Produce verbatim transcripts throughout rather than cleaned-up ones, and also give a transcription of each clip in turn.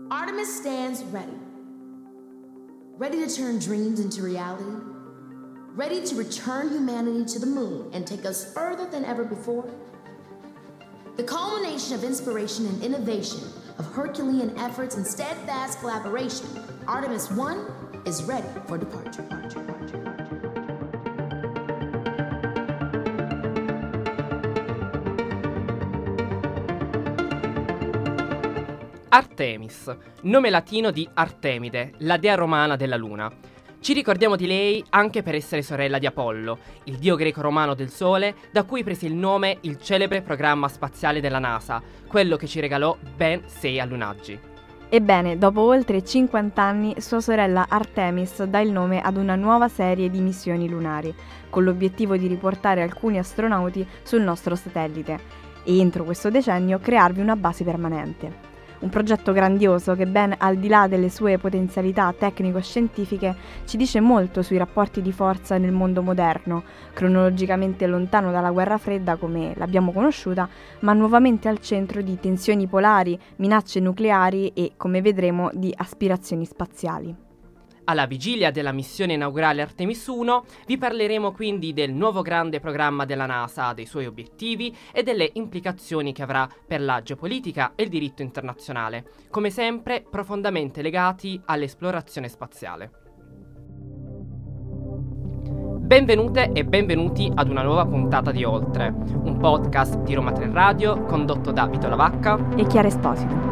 Artemis stands ready. Ready to turn dreams into reality. Ready to return humanity to the moon and take us further than ever before. The culmination of inspiration and innovation, of Herculean efforts and steadfast collaboration, Artemis one is ready for departure. departure, departure. Artemis, nome latino di Artemide, la dea romana della luna. Ci ricordiamo di lei anche per essere sorella di Apollo, il dio greco-romano del Sole, da cui prese il nome il celebre programma spaziale della NASA, quello che ci regalò ben sei allunaggi. Ebbene, dopo oltre cinquanta anni, sua sorella Artemis dà il nome ad una nuova serie di missioni lunari, con l'obiettivo di riportare alcuni astronauti sul nostro satellite e entro questo decennio crearvi una base permanente. Un progetto grandioso che ben al di là delle sue potenzialità tecnico-scientifiche ci dice molto sui rapporti di forza nel mondo moderno, cronologicamente lontano dalla guerra fredda come l'abbiamo conosciuta, ma nuovamente al centro di tensioni polari, minacce nucleari e, come vedremo, di aspirazioni spaziali. Alla vigilia della missione inaugurale Artemis uno vi parleremo quindi del nuovo grande programma della NASA, dei suoi obiettivi e delle implicazioni che avrà per la geopolitica e il diritto internazionale, come sempre profondamente legati all'esplorazione spaziale. Benvenute e benvenuti ad una nuova puntata di Oltre, un podcast di Roma tre Radio condotto da Vito Lavacca e Chiara Esposito.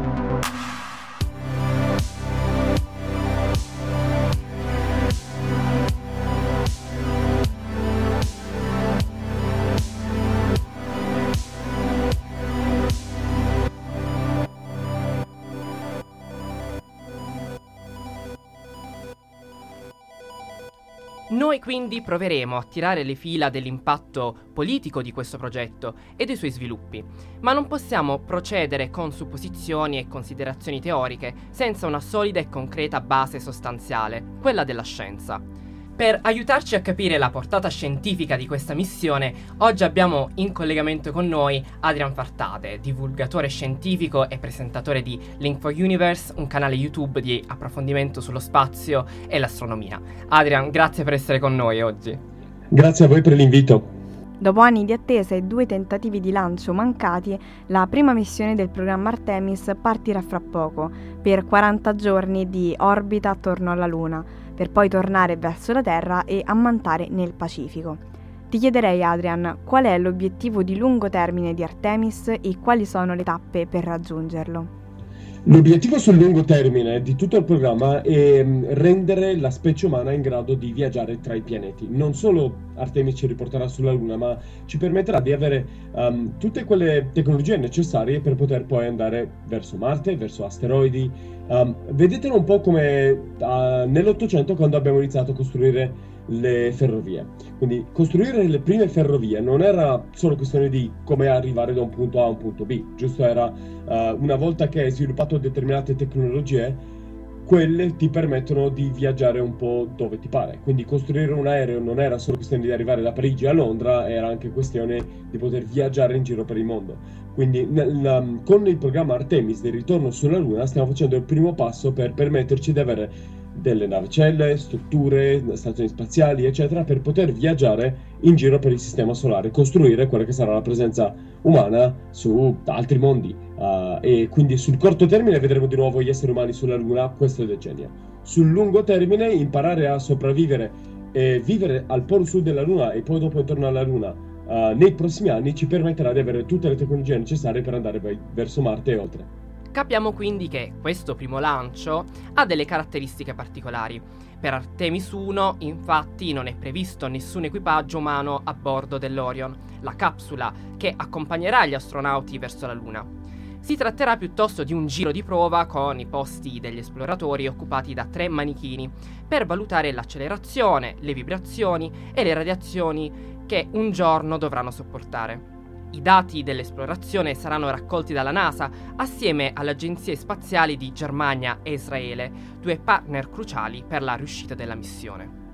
Noi quindi proveremo a tirare le fila dell'impatto politico di questo progetto e dei suoi sviluppi, ma non possiamo procedere con supposizioni e considerazioni teoriche senza una solida e concreta base sostanziale, quella della scienza. Per aiutarci a capire la portata scientifica di questa missione, oggi abbiamo in collegamento con noi Adrian Fartate, divulgatore scientifico e presentatore di Link for Universe, un canale YouTube di approfondimento sullo spazio e l'astronomia. Adrian, grazie per essere con noi oggi. Grazie a voi per l'invito. Dopo anni di attesa e due tentativi di lancio mancati, la prima missione del programma Artemis partirà fra poco, per quaranta giorni di orbita attorno alla Luna, per poi tornare verso la Terra e ammantare nel Pacifico. Ti chiederei, Adrian, qual è l'obiettivo di lungo termine di Artemis e quali sono le tappe per raggiungerlo? L'obiettivo sul lungo termine di tutto il programma è rendere la specie umana in grado di viaggiare tra i pianeti. Non solo Artemis ci riporterà sulla Luna, ma ci permetterà di avere um, tutte quelle tecnologie necessarie per poter poi andare verso Marte, verso asteroidi. Um, vedetelo un po' come uh, nell'Ottocento, quando abbiamo iniziato a costruire le ferrovie. Quindi costruire le prime ferrovie non era solo questione di come arrivare da un punto A a un punto B, giusto? Era uh, una volta che hai sviluppato determinate tecnologie, quelle ti permettono di viaggiare un po' dove ti pare. Quindi costruire un aereo non era solo questione di arrivare da Parigi a Londra, era anche questione di poter viaggiare in giro per il mondo. Quindi nel, con il programma Artemis del ritorno sulla Luna stiamo facendo il primo passo per permetterci di avere delle navicelle, strutture, stazioni spaziali, eccetera, per poter viaggiare in giro per il sistema solare, costruire quella che sarà la presenza umana su altri mondi. Uh, e quindi sul corto termine vedremo di nuovo gli esseri umani sulla Luna questo decennio. Sul lungo termine imparare a sopravvivere e vivere al polo sud della Luna e poi dopo intorno alla Luna uh, nei prossimi anni ci permetterà di avere tutte le tecnologie necessarie per andare poi verso Marte e oltre. Capiamo quindi che questo primo lancio ha delle caratteristiche particolari. Per Artemis uno, infatti, non è previsto nessun equipaggio umano a bordo dell'Orion, la capsula che accompagnerà gli astronauti verso la Luna. Si tratterà piuttosto di un giro di prova con i posti degli esploratori occupati da tre manichini per valutare l'accelerazione, le vibrazioni e le radiazioni che un giorno dovranno sopportare. I dati dell'esplorazione saranno raccolti dalla NASA assieme alle agenzie spaziali di Germania e Israele, due partner cruciali per la riuscita della missione.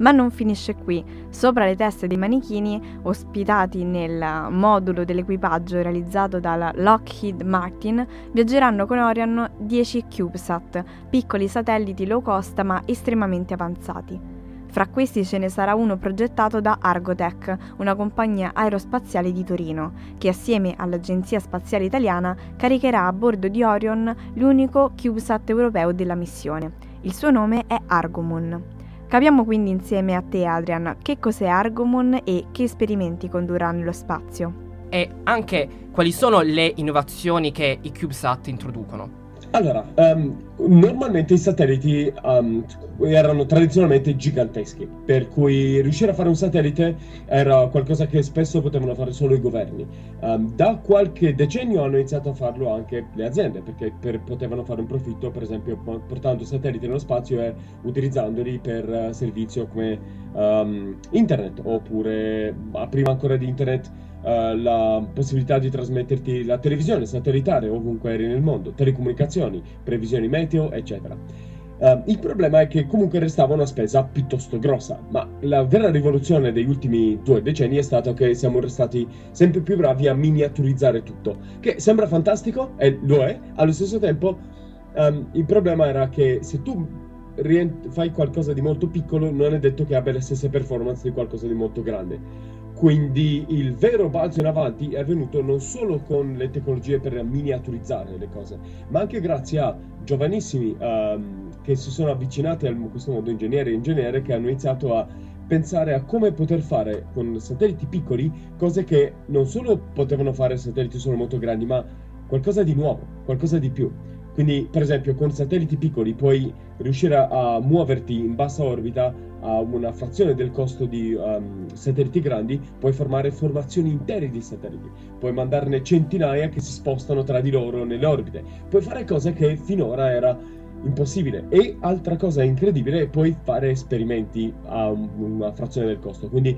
Ma non finisce qui. Sopra le teste dei manichini, ospitati nel modulo dell'equipaggio realizzato dalla Lockheed Martin, viaggeranno con Orion dieci CubeSat, piccoli satelliti low cost ma estremamente avanzati. Fra questi ce ne sarà uno progettato da Argotec, una compagnia aerospaziale di Torino, che assieme all'Agenzia Spaziale Italiana caricherà a bordo di Orion l'unico CubeSat europeo della missione. Il suo nome è Argomon. Capiamo quindi insieme a te, Adrian, che cos'è Argomon e che esperimenti condurrà nello spazio. E anche quali sono le innovazioni che i CubeSat introducono. Allora, um, normalmente i satelliti um, erano tradizionalmente giganteschi, per cui riuscire a fare un satellite era qualcosa che spesso potevano fare solo i governi. Um, da qualche decennio hanno iniziato a farlo anche le aziende, perché per, potevano fare un profitto, per esempio portando satelliti nello spazio e utilizzandoli per uh, servizio come um, internet, oppure uh, prima ancora di internet Uh, la possibilità di trasmetterti la televisione satellitare ovunque eri nel mondo, telecomunicazioni, previsioni meteo, eccetera. Uh, il problema è che comunque restava una spesa piuttosto grossa, ma la vera rivoluzione degli ultimi due decenni è stata che siamo restati sempre più bravi a miniaturizzare tutto, che sembra fantastico, e lo è, allo stesso tempo um, il problema era che se tu rient- fai qualcosa di molto piccolo non è detto che abbia le stesse performance di qualcosa di molto grande. Quindi il vero balzo in avanti è avvenuto non solo con le tecnologie per miniaturizzare le cose, ma anche grazie a giovanissimi um, che si sono avvicinati a questo mondo, ingegneri e ingegnere, che hanno iniziato a pensare a come poter fare con satelliti piccoli cose che non solo potevano fare satelliti solo molto grandi, ma qualcosa di nuovo, qualcosa di più. Quindi, per esempio, con satelliti piccoli puoi riuscire a, a muoverti in bassa orbita a una frazione del costo di um, satelliti grandi, puoi formare formazioni intere di satelliti, puoi mandarne centinaia che si spostano tra di loro nelle orbite, puoi fare cose che finora era impossibile. E altra cosa incredibile, puoi fare esperimenti a un, una frazione del costo. Quindi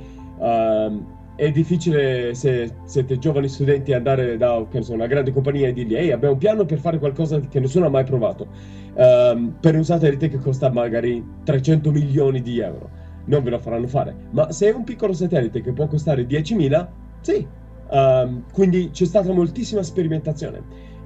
um, è difficile, se siete giovani studenti, andare da che ne so, una grande compagnia e dirgli ehi, abbiamo un piano per fare qualcosa che nessuno ha mai provato, um, per un satellite che costa magari trecento milioni di euro. Non ve lo faranno fare. Ma se è un piccolo satellite che può costare diecimila, sì. Um, quindi c'è stata moltissima sperimentazione.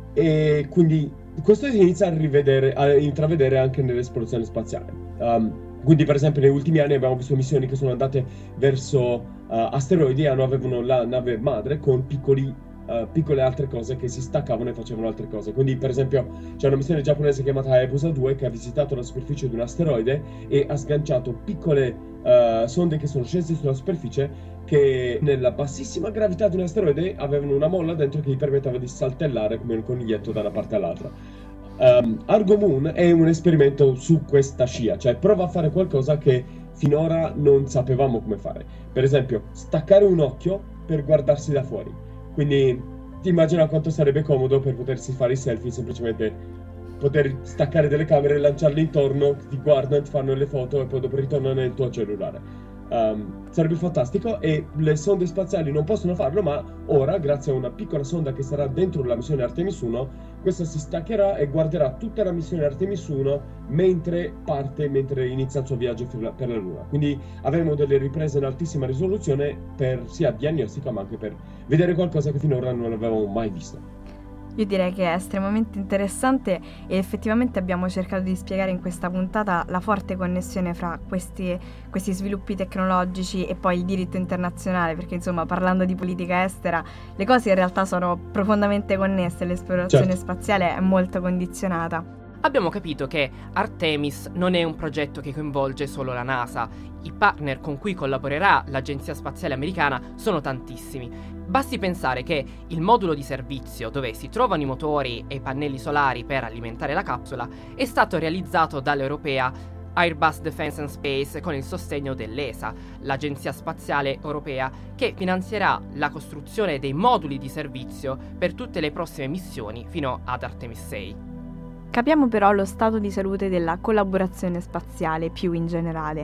E quindi questo si inizia a rivedere, a intravedere anche nell'esplorazione spaziale. Um, Quindi, per esempio, negli ultimi anni abbiamo visto missioni che sono andate verso uh, asteroidi e avevano la nave madre con piccoli, uh, piccole altre cose che si staccavano e facevano altre cose. Quindi, per esempio, c'è una missione giapponese chiamata Hayabusa due che ha visitato la superficie di un asteroide e ha sganciato piccole uh, sonde che sono scese sulla superficie, che nella bassissima gravità di un asteroide avevano una molla dentro che gli permetteva di saltellare come un coniglietto da una parte all'altra. Um, Argomon è un esperimento su questa scia, cioè prova a fare qualcosa che finora non sapevamo come fare. Per esempio, staccare un occhio per guardarsi da fuori. Quindi ti immagina quanto sarebbe comodo per potersi fare i selfie, semplicemente poter staccare delle camere, lanciarle intorno, ti guardano, ti fanno le foto e poi dopo ritornano nel tuo cellulare. Um, sarebbe fantastico, e le sonde spaziali non possono farlo, ma ora, grazie a una piccola sonda che sarà dentro la missione Artemis uno, questa si staccherà e guarderà tutta la missione Artemis uno mentre parte, mentre inizia il suo viaggio per la Luna. Quindi avremo delle riprese in altissima risoluzione per sia diagnostica ma anche per vedere qualcosa che finora non avevamo mai visto. Io direi che è estremamente interessante, e effettivamente abbiamo cercato di spiegare in questa puntata la forte connessione fra questi, questi sviluppi tecnologici e poi il diritto internazionale, perché insomma, parlando di politica estera, le cose in realtà sono profondamente connesse, l'esplorazione certo. spaziale è molto condizionata. Abbiamo capito che Artemis non è un progetto che coinvolge solo la NASA. I partner con cui collaborerà l'Agenzia Spaziale Americana sono tantissimi. Basti pensare che il modulo di servizio, dove si trovano i motori e i pannelli solari per alimentare la capsula, è stato realizzato dall'europea Airbus Defence and Space con il sostegno dell'E S A, l'Agenzia Spaziale Europea, che finanzierà la costruzione dei moduli di servizio per tutte le prossime missioni fino ad Artemis sei. Capiamo però lo stato di salute della collaborazione spaziale più in generale.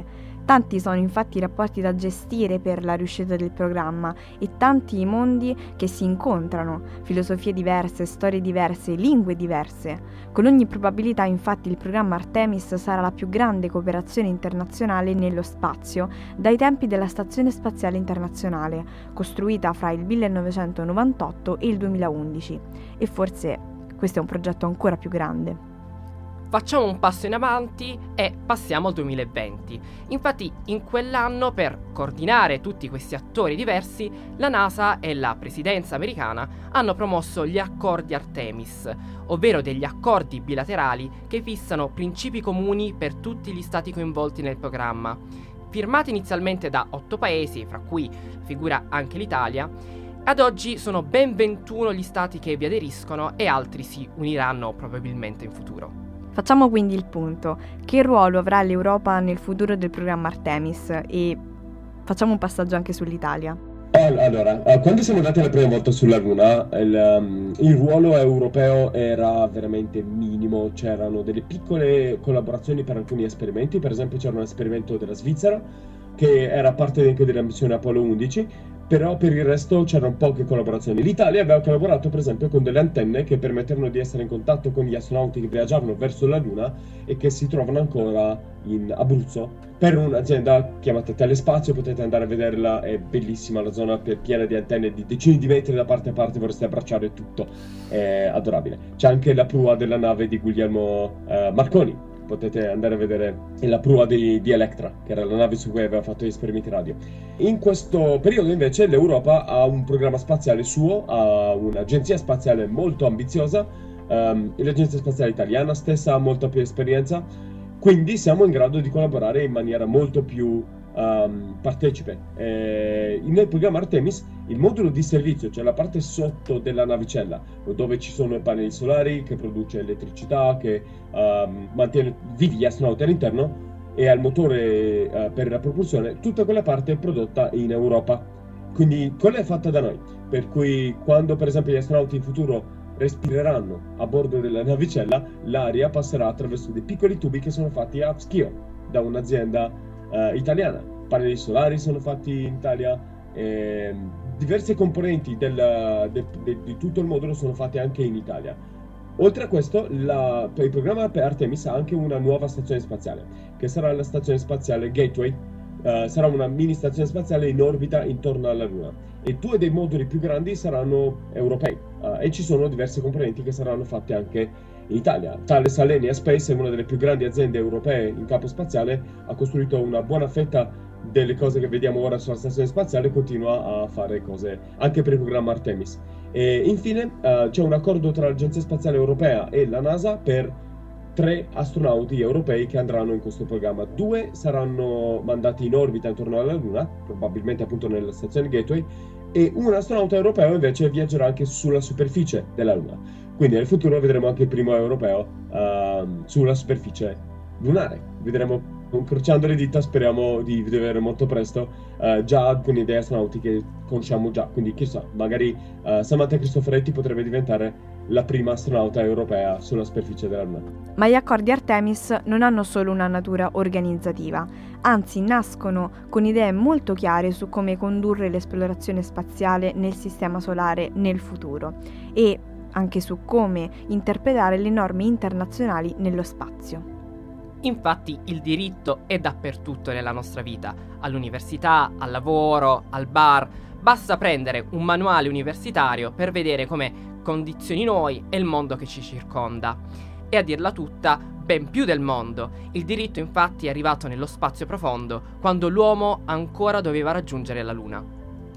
Tanti sono infatti i rapporti da gestire per la riuscita del programma e tanti i mondi che si incontrano, filosofie diverse, storie diverse, lingue diverse. Con ogni probabilità infatti il programma Artemis sarà la più grande cooperazione internazionale nello spazio dai tempi della Stazione Spaziale Internazionale, costruita fra il millenovecentonovantotto e il duemilaundici. E forse questo è un progetto ancora più grande. Facciamo un passo in avanti e passiamo al duemilaventi. Infatti, in quell'anno, per coordinare tutti questi attori diversi, la NASA e la presidenza americana hanno promosso gli accordi Artemis, ovvero degli accordi bilaterali che fissano principi comuni per tutti gli stati coinvolti nel programma. Firmati inizialmente da otto paesi, fra cui figura anche l'Italia, ad oggi sono ben ventuno gli stati che vi aderiscono e altri si uniranno probabilmente in futuro. Facciamo quindi il punto. Che ruolo avrà l'Europa nel futuro del programma Artemis? E facciamo un passaggio anche sull'Italia. Allora, quando siamo andati la prima volta sulla Luna, il, um, il ruolo europeo era veramente minimo. C'erano delle piccole collaborazioni per alcuni esperimenti. Per esempio c'era un esperimento della Svizzera che era parte anche della missione Apollo undici, però per il resto c'erano poche collaborazioni. L'Italia aveva collaborato per esempio con delle antenne che permettevano di essere in contatto con gli astronauti che viaggiavano verso la Luna e che si trovano ancora in Abruzzo. Per un'azienda chiamata Telespazio, potete andare a vederla, è bellissima, la zona piena di antenne di decine di metri da parte a parte, vorreste abbracciare tutto, è adorabile. C'è anche la prua della nave di Guglielmo eh, Marconi, potete andare a vedere la prua di, di Electra, che era la nave su cui aveva fatto gli esperimenti radio. In questo periodo invece l'Europa ha un programma spaziale suo, ha un'agenzia spaziale molto ambiziosa, um, l'agenzia spaziale italiana stessa ha molta più esperienza, quindi siamo in grado di collaborare in maniera molto più um, partecipe. Eh, nel programma Artemis il modulo di servizio, cioè la parte sotto della navicella, dove ci sono i pannelli solari, che produce elettricità, che um, mantiene vivi gli astronauti all'interno, e al motore uh, per la propulsione, tutta quella parte è prodotta in Europa. Quindi quella è fatta da noi, per cui quando per esempio gli astronauti in futuro respireranno a bordo della navicella, l'aria passerà attraverso dei piccoli tubi che sono fatti a Schio da un'azienda uh, italiana. Pannelli solari sono fatti in Italia, eh, diverse componenti del, de, de, di tutto il modulo sono fatte anche in Italia. Oltre a questo, la, per il programma per Artemis ha anche una nuova stazione spaziale, che sarà la stazione spaziale Gateway. Uh, sarà una mini stazione spaziale in orbita intorno alla Luna, e due dei moduli più grandi saranno europei, uh, e ci sono diverse componenti che saranno fatte anche in Italia. Thales Alenia Space è una delle più grandi aziende europee in campo spaziale, ha costruito una buona fetta delle cose che vediamo ora sulla stazione spaziale e continua a fare cose anche per il programma Artemis. E infine uh, c'è un accordo tra l'Agenzia Spaziale Europea e la NASA per tre astronauti europei che andranno in questo programma. Due saranno mandati in orbita intorno alla Luna, probabilmente appunto nella stazione Gateway, e un astronauta europeo invece viaggerà anche sulla superficie della Luna. Quindi nel futuro vedremo anche il primo europeo uh, sulla superficie lunare. Vedremo, incrociando le dita, speriamo di vedere molto presto uh, già alcuni dei astronauti che conosciamo già. Quindi chissà, magari uh, Samantha Cristoforetti potrebbe diventare la prima astronauta europea sulla superficie della Luna. Ma gli accordi Artemis non hanno solo una natura organizzativa, anzi nascono con idee molto chiare su come condurre l'esplorazione spaziale nel sistema solare nel futuro e anche su come interpretare le norme internazionali nello spazio. Infatti il diritto è dappertutto nella nostra vita, all'università, al lavoro, al bar. Basta prendere un manuale universitario per vedere come condizioni noi e il mondo che ci circonda. E a dirla tutta, ben più del mondo. Il diritto infatti è arrivato nello spazio profondo, quando l'uomo ancora doveva raggiungere la Luna.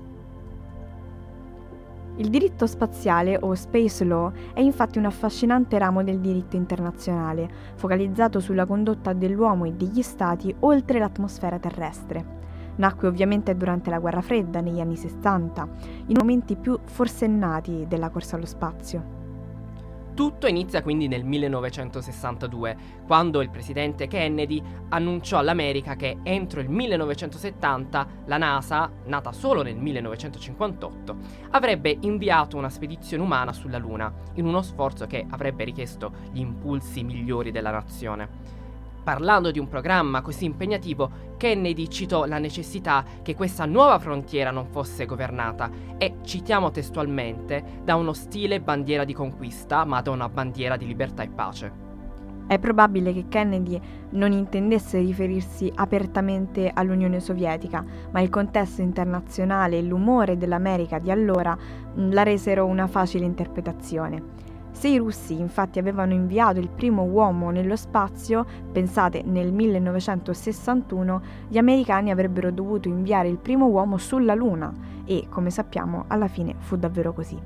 Il diritto spaziale, o Space Law, è infatti un affascinante ramo del diritto internazionale, focalizzato sulla condotta dell'uomo e degli stati oltre l'atmosfera terrestre. Nacque ovviamente durante la Guerra Fredda, negli anni sessanta, in momenti più forsennati della corsa allo spazio. Tutto inizia quindi nel millenovecentosessantadue, quando il presidente Kennedy annunciò all'America che entro il millenovecentosettanta la NASA, nata solo nel millenovecentocinquantotto, avrebbe inviato una spedizione umana sulla Luna, in uno sforzo che avrebbe richiesto gli impulsi migliori della nazione. Parlando di un programma così impegnativo, Kennedy citò la necessità che questa nuova frontiera non fosse governata e, citiamo testualmente, da uno stile bandiera di conquista, ma da una bandiera di libertà e pace. È probabile che Kennedy non intendesse riferirsi apertamente all'Unione Sovietica, ma il contesto internazionale e l'umore dell'America di allora la resero una facile interpretazione. Se i russi infatti avevano inviato il primo uomo nello spazio, pensate nel millenovecentosessantuno, gli americani avrebbero dovuto inviare il primo uomo sulla Luna e, come sappiamo, alla fine fu davvero così.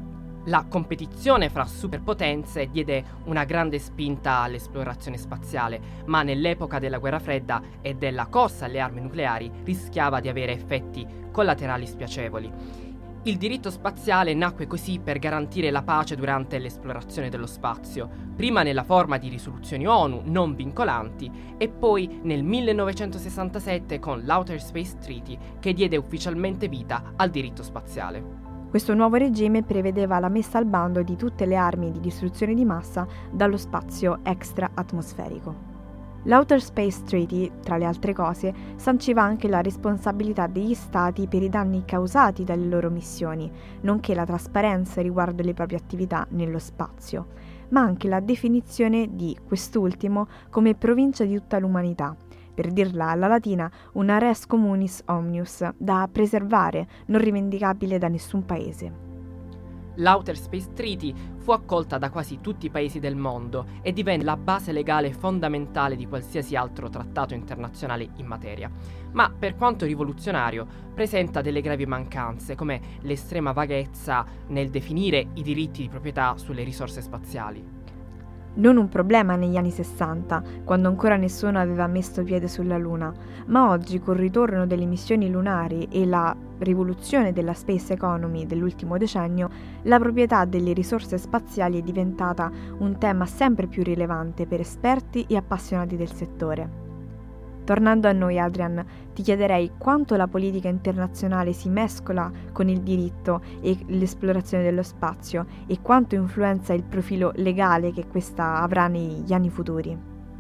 La competizione fra superpotenze diede una grande spinta all'esplorazione spaziale, ma nell'epoca della guerra fredda e della corsa alle armi nucleari rischiava di avere effetti collaterali spiacevoli. Il diritto spaziale nacque così per garantire la pace durante l'esplorazione dello spazio, prima nella forma di risoluzioni ONU non vincolanti e poi nel millenovecentosessantasette con l'Outer Space Treaty che diede ufficialmente vita al diritto spaziale. Questo nuovo regime prevedeva la messa al bando di tutte le armi di distruzione di massa dallo spazio extra-atmosferico. L'Outer Space Treaty, tra le altre cose, sanciva anche la responsabilità degli Stati per i danni causati dalle loro missioni, nonché la trasparenza riguardo le proprie attività nello spazio, ma anche la definizione di quest'ultimo come provincia di tutta l'umanità, per dirla alla latina una res communis omnius, da preservare, non rivendicabile da nessun paese. L'Outer Space Treaty fu accolta da quasi tutti i paesi del mondo e divenne la base legale fondamentale di qualsiasi altro trattato internazionale in materia. Ma per quanto rivoluzionario, presenta delle gravi mancanze, come l'estrema vaghezza nel definire i diritti di proprietà sulle risorse spaziali. Non un problema negli anni sessanta, quando ancora nessuno aveva messo piede sulla Luna, ma oggi col ritorno delle missioni lunari e la rivoluzione della space economy dell'ultimo decennio, la proprietà delle risorse spaziali è diventata un tema sempre più rilevante per esperti e appassionati del settore. Tornando a noi, Adrian, ti chiederei quanto la politica internazionale si mescola con il diritto e l'esplorazione dello spazio e quanto influenza il profilo legale che questa avrà negli anni futuri.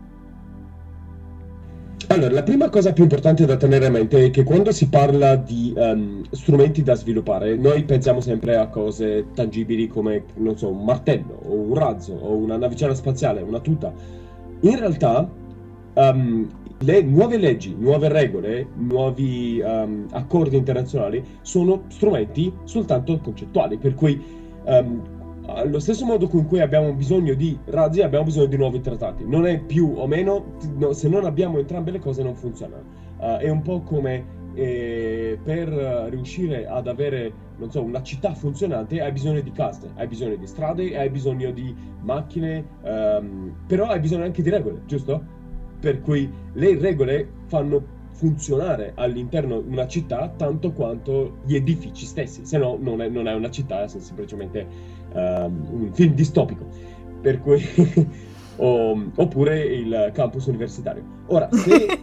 Allora, la prima cosa più importante da tenere a mente è che quando si parla di um, strumenti da sviluppare, noi pensiamo sempre a cose tangibili come, non so, un martello, o un razzo, o una navicella spaziale, una tuta. In realtà, um, le nuove leggi, nuove regole, nuovi um, accordi internazionali sono strumenti soltanto concettuali, per cui um, allo stesso modo con cui abbiamo bisogno di razzi, abbiamo bisogno di nuovi trattati. Non è più o meno, no, se non abbiamo entrambe le cose non funziona. Uh, è un po' come eh, per riuscire ad avere, non so, una città funzionante hai bisogno di case, hai bisogno di strade, hai bisogno di macchine, um, però hai bisogno anche di regole, giusto? Per cui le regole fanno funzionare all'interno una città tanto quanto gli edifici stessi, se no non è, non è una città, è semplicemente um, un film distopico, per cui o, oppure il campus universitario. Ora, se,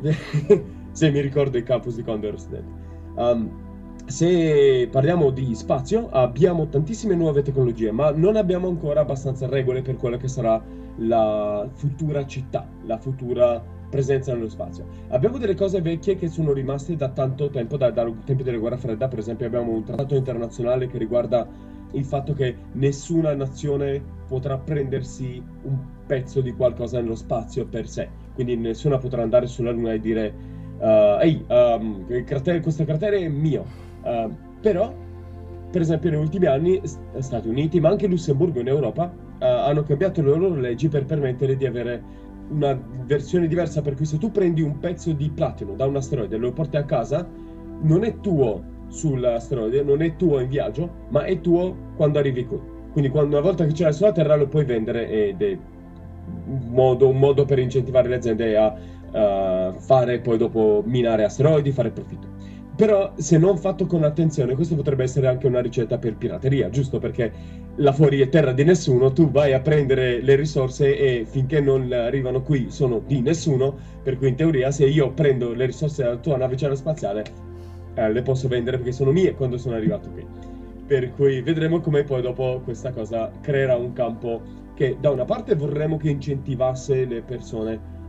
se mi ricordo il campus di Condor Student, um, se parliamo di spazio, abbiamo tantissime nuove tecnologie, ma non abbiamo ancora abbastanza regole per quella che sarà la futura città, la futura presenza nello spazio. Abbiamo delle cose vecchie che sono rimaste da tanto tempo, da, dal tempo della guerra fredda. Per esempio abbiamo un trattato internazionale che riguarda il fatto che nessuna nazione potrà prendersi un pezzo di qualcosa nello spazio per sé, quindi nessuna potrà andare sulla Luna e dire uh, ehi, um, il cratere, questo cratere è mio. Uh, però per esempio negli ultimi anni Stati Uniti, ma anche Lussemburgo in Europa, uh, hanno cambiato le loro leggi per permettere di avere una versione diversa, per cui se tu prendi un pezzo di platino da un asteroide e lo porti a casa, non è tuo sull'asteroide, non è tuo in viaggio, ma è tuo quando arrivi qui. Quindi quando, una volta che ce l'hai sulla Terra, lo puoi vendere, ed è un modo, un modo per incentivare le aziende a uh, fare poi dopo minare asteroidi, fare profitto. Però se non fatto con attenzione, questo potrebbe essere anche una ricetta per pirateria, giusto? Perché là fuori è terra di nessuno, tu vai a prendere le risorse e finché non arrivano qui sono di nessuno, per cui in teoria se io prendo le risorse della tua navicella spaziale eh, le posso vendere perché sono mie quando sono arrivato qui. Per cui vedremo come poi dopo questa cosa creerà un campo che da una parte vorremmo che incentivasse le persone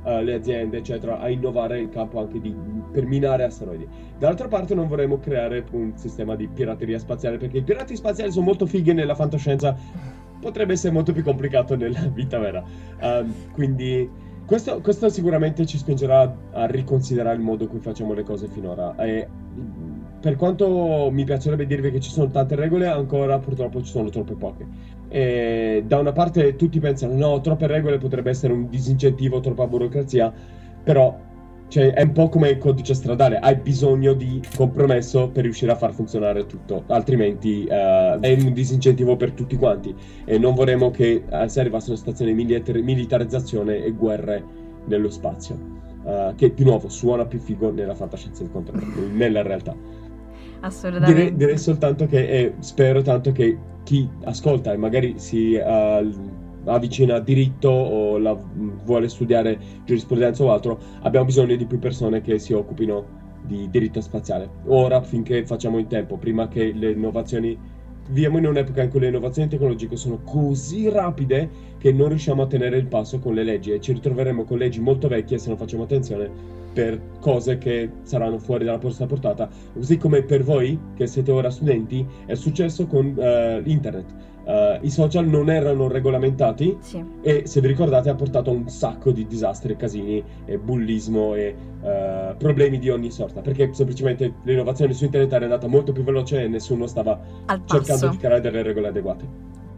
uh, le aziende, eccetera, a innovare in campo anche di, per minare asteroidi. Dall'altra parte non vorremmo creare un sistema di pirateria spaziale, perché i pirati spaziali sono molto fighi nella fantascienza, potrebbe essere molto più complicato nella vita vera. Um, quindi questo, questo sicuramente ci spingerà a riconsiderare il modo in cui facciamo le cose finora. E per quanto mi piacerebbe dirvi che ci sono tante regole, ancora purtroppo ci sono troppe poche. E da una parte tutti pensano no, troppe regole potrebbe essere un disincentivo, troppa burocrazia, però cioè, è un po' come il codice stradale, hai bisogno di compromesso per riuscire a far funzionare tutto, altrimenti uh, è un disincentivo per tutti quanti e non vorremmo che uh, si arrivasse a una situazione di militar- militarizzazione e guerre nello spazio, uh, che di nuovo suona più figo nella fantascienza del contrario, nella realtà. Assolutamente. Direi, direi soltanto che eh, spero tanto che chi ascolta e magari si uh, avvicina a diritto o la, vuole studiare giurisprudenza o altro, abbiamo bisogno di più persone che si occupino di diritto spaziale. Ora, finché facciamo in tempo, prima che le innovazioni... Viviamo in un'epoca in cui le innovazioni tecnologiche sono così rapide che non riusciamo a tenere il passo con le leggi e ci ritroveremo con leggi molto vecchie se non facciamo attenzione per cose che saranno fuori dalla nostra portata, così come per voi che siete ora studenti è successo con uh, internet. Uh, I social non erano regolamentati, sì. E se vi ricordate ha portato a un sacco di disastri, casini e bullismo e uh, problemi di ogni sorta, perché semplicemente l'innovazione su internet era andata molto più veloce e nessuno stava Al cercando passo. di creare delle regole adeguate.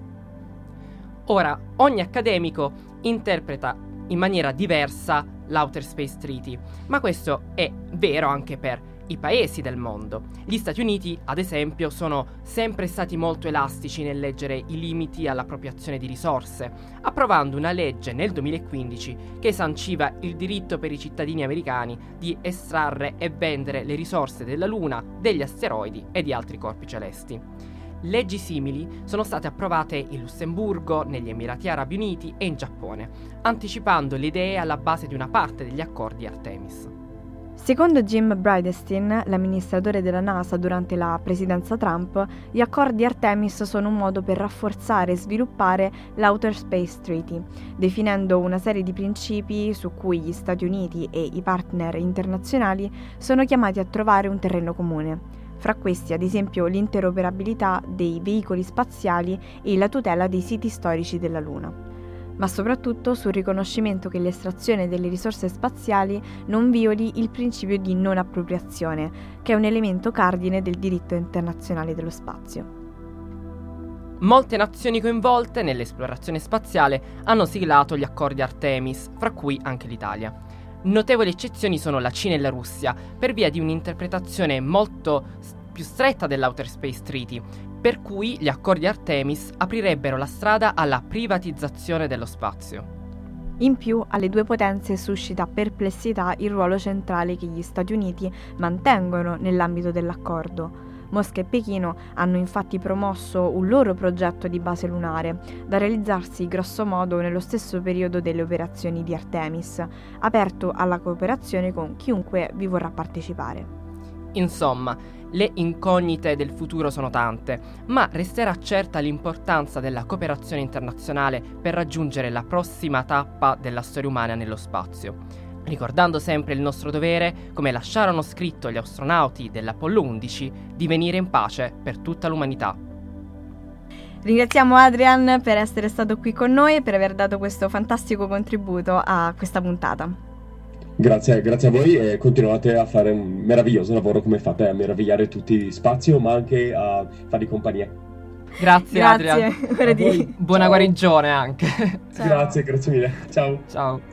Ora, ogni accademico interpreta in maniera diversa l'Outer Space Treaty, ma questo è vero anche per i paesi del mondo. Gli Stati Uniti, ad esempio, sono sempre stati molto elastici nel leggere i limiti all'appropriazione di risorse, approvando una legge nel duemilaquindici che sanciva il diritto per i cittadini americani di estrarre e vendere le risorse della Luna, degli asteroidi e di altri corpi celesti. Leggi simili sono state approvate in Lussemburgo, negli Emirati Arabi Uniti e in Giappone, anticipando le idee alla base di una parte degli accordi Artemis. Secondo Jim Bridenstine, l'amministratore della NASA durante la presidenza Trump, gli accordi Artemis sono un modo per rafforzare e sviluppare l'Outer Space Treaty, definendo una serie di principi su cui gli Stati Uniti e i partner internazionali sono chiamati a trovare un terreno comune. Fra questi, ad esempio, l'interoperabilità dei veicoli spaziali e la tutela dei siti storici della Luna, ma soprattutto sul riconoscimento che l'estrazione delle risorse spaziali non violi il principio di non appropriazione, che è un elemento cardine del diritto internazionale dello spazio. Molte nazioni coinvolte nell'esplorazione spaziale hanno siglato gli accordi Artemis, fra cui anche l'Italia. Notevoli eccezioni sono la Cina e la Russia, per via di un'interpretazione molto più stretta dell'Outer Space Treaty, per cui gli accordi Artemis aprirebbero la strada alla privatizzazione dello spazio. In più, alle due potenze suscita perplessità il ruolo centrale che gli Stati Uniti mantengono nell'ambito dell'accordo. Mosca e Pechino hanno infatti promosso un loro progetto di base lunare, da realizzarsi grosso modo nello stesso periodo delle operazioni di Artemis, aperto alla cooperazione con chiunque vi vorrà partecipare. Insomma, le incognite del futuro sono tante, ma resterà certa l'importanza della cooperazione internazionale per raggiungere la prossima tappa della storia umana nello spazio. Ricordando sempre il nostro dovere, come lasciarono scritto gli astronauti dell'Apollo undici, di venire in pace per tutta l'umanità. Ringraziamo Adrian per essere stato qui con noi e per aver dato questo fantastico contributo a questa puntata. Grazie, grazie a voi e continuate a fare un meraviglioso lavoro come fate a meravigliare tutti spazio, ma anche a fargli compagnia. Grazie, grazie Adrian. Grazie. Buona Ciao. guarigione anche. Ciao. Grazie, grazie mille. Ciao. Ciao.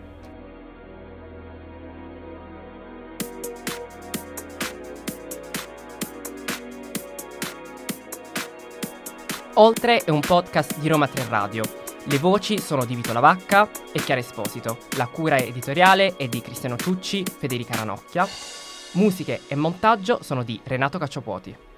Oltre è un podcast di Roma tre Radio. Le voci sono di Vito Lavacca e Chiara Esposito. La cura editoriale è di Cristiano Ciucci, Federica Ranocchia. Musiche e montaggio sono di Renato Cacciapuoti.